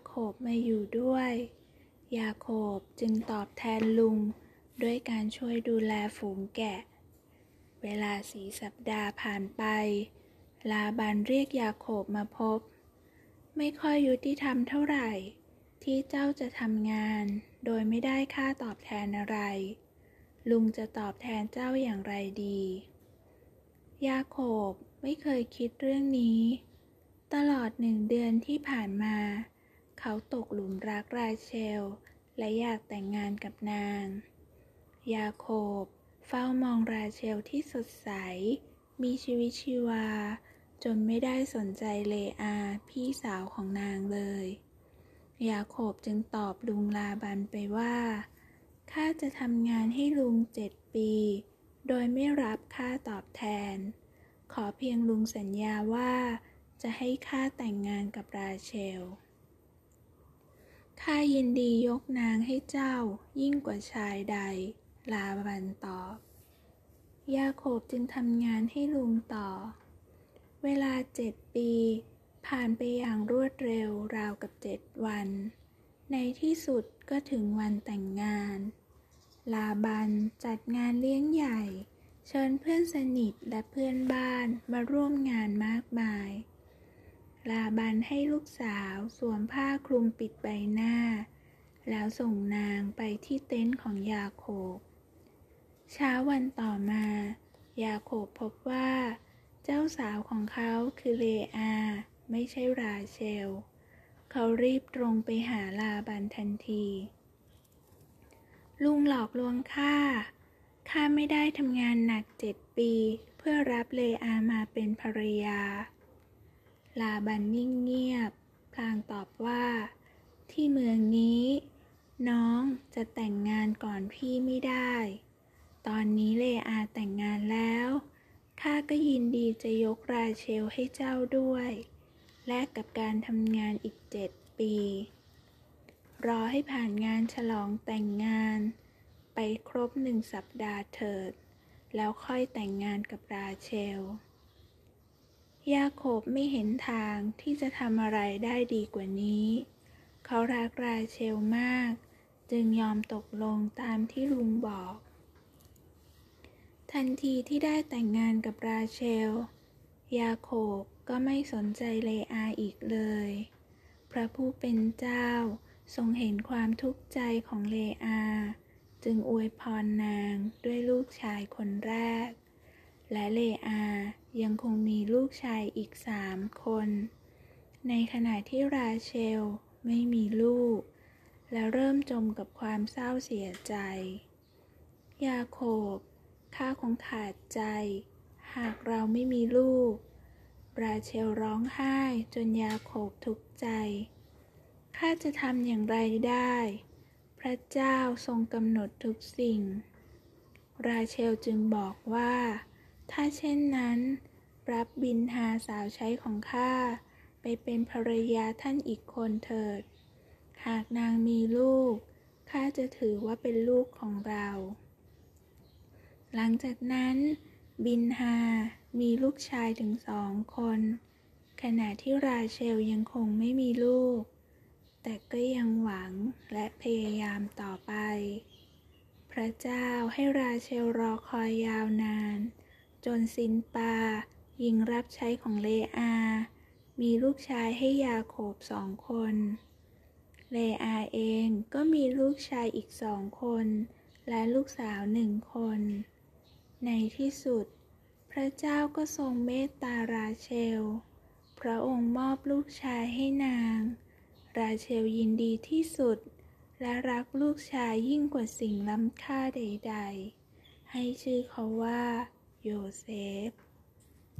โคบมาอยู่ด้วยยาโคบจึงตอบแทนลุงด้วยการช่วยดูแลฝูงแกะเวลา4 สัปดาห์ผ่านไปลาบันเรียกยาโคบมาพบไม่ค่อยยุติธรรมเท่าไหร่ที่เจ้าจะทำงานโดยไม่ได้ค่าตอบแทนอะไรลุงจะตอบแทนเจ้าอย่างไรดียาโคบไม่เคยคิดเรื่องนี้ตลอด1 เดือนที่ผ่านมาเขาตกหลุมรักราเชลและอยากแต่งงานกับนางยาโคบเฝ้ามองราเชลที่สดใสมีชีวิตชีวาจนไม่ได้สนใจเลอาพี่สาวของนางเลยยาโคบจึงตอบลุงลาบันไปว่าข้าจะทำงานให้ลุง7 ปีโดยไม่รับค่าตอบแทนขอเพียงลุงสัญญาว่าจะให้ข้าแต่งงานกับราเชลข้ายินดียกนางให้เจ้ายิ่งกว่าชายใดลาบันตอบยาโคบจึงทำงานให้ลุงต่อเวลา7 ปีผ่านไปอย่างรวดเร็วราวกับ7 วันในที่สุดก็ถึงวันแต่งงานลาบันจัดงานเลี้ยงใหญ่เชิญเพื่อนสนิทและเพื่อนบ้านมาร่วมงานมากมายลาบันให้ลูกสาวสวมผ้าคลุมปิดใบหน้าแล้วส่งนางไปที่เต็นท์ของยาโคบเช้าวันต่อมายาโคบพบว่าเจ้าสาวของเขาคือเลอาไม่ใช่ราเชลเขารีบตรงไปหาลาบันทันทีลุงหลอกลวงข้าไม่ได้ทำงานหนัก7 ปีเพื่อรับเลอามาเป็นภรรยาลาบันนิ่งเงียบพลางตอบว่าที่เมืองนี้น้องจะแต่งงานก่อนพี่ไม่ได้ตอนนี้เลอาแต่งงานแล้วข้าก็ยินดีจะยกราเชลให้เจ้าด้วยแลกกับการทำงานอีก7 ปีรอให้ผ่านงานฉลองแต่งงานไปครบ1 สัปดาห์เถิดแล้วค่อยแต่งงานกับราเชลยาโคบไม่เห็นทางที่จะทำอะไรได้ดีกว่านี้เขารักราเชลมากจึงยอมตกลงตามที่ลุงบอกทันทีที่ได้แต่งงานกับราเชลยาโคบก็ไม่สนใจเลอาอีกเลยพระผู้เป็นเจ้าทรงเห็นความทุกข์ใจของเลอาจึงอวยพรนางด้วยลูกชายคนแรกและเลอายังคงมีลูกชายอีก3 คนในขณะที่ราเชลไม่มีลูกและเริ่มจมกับความเศร้าเสียใจยาโคบข้าคงขาดใจหากเราไม่มีลูกราเชลร้องไห้จนยาโคบทุกข์ใจข้าจะทำอย่างไรได้พระเจ้าทรงกำหนดทุกสิ่งราเชลจึงบอกว่าถ้าเช่นนั้นรับบิลฮาสาวใช้ของข้าไปเป็นภรรยาท่านอีกคนเถิดหากนางมีลูกข้าจะถือว่าเป็นลูกของเราหลังจากนั้นบิลฮามีลูกชายถึง2 คนขณะที่ราเชลยังคงไม่มีลูกแต่ก็ยังหวังและพยายามต่อไปพระเจ้าให้ราเชลรอคอยยาวนานจนซินปาหญิงรับใช้ของเลอามีลูกชายให้ยาโคบ2 คนเลอาเองก็มีลูกชายอีก2 คนและลูกสาว1 คนในที่สุดพระเจ้าก็ทรงเมตตาราเชลพระองค์มอบลูกชายให้นางราเชลยินดีที่สุดและรักลูกชายยิ่งกว่าสิ่งล้ำค่าใดๆให้ชื่อเขาว่าโยเซฟ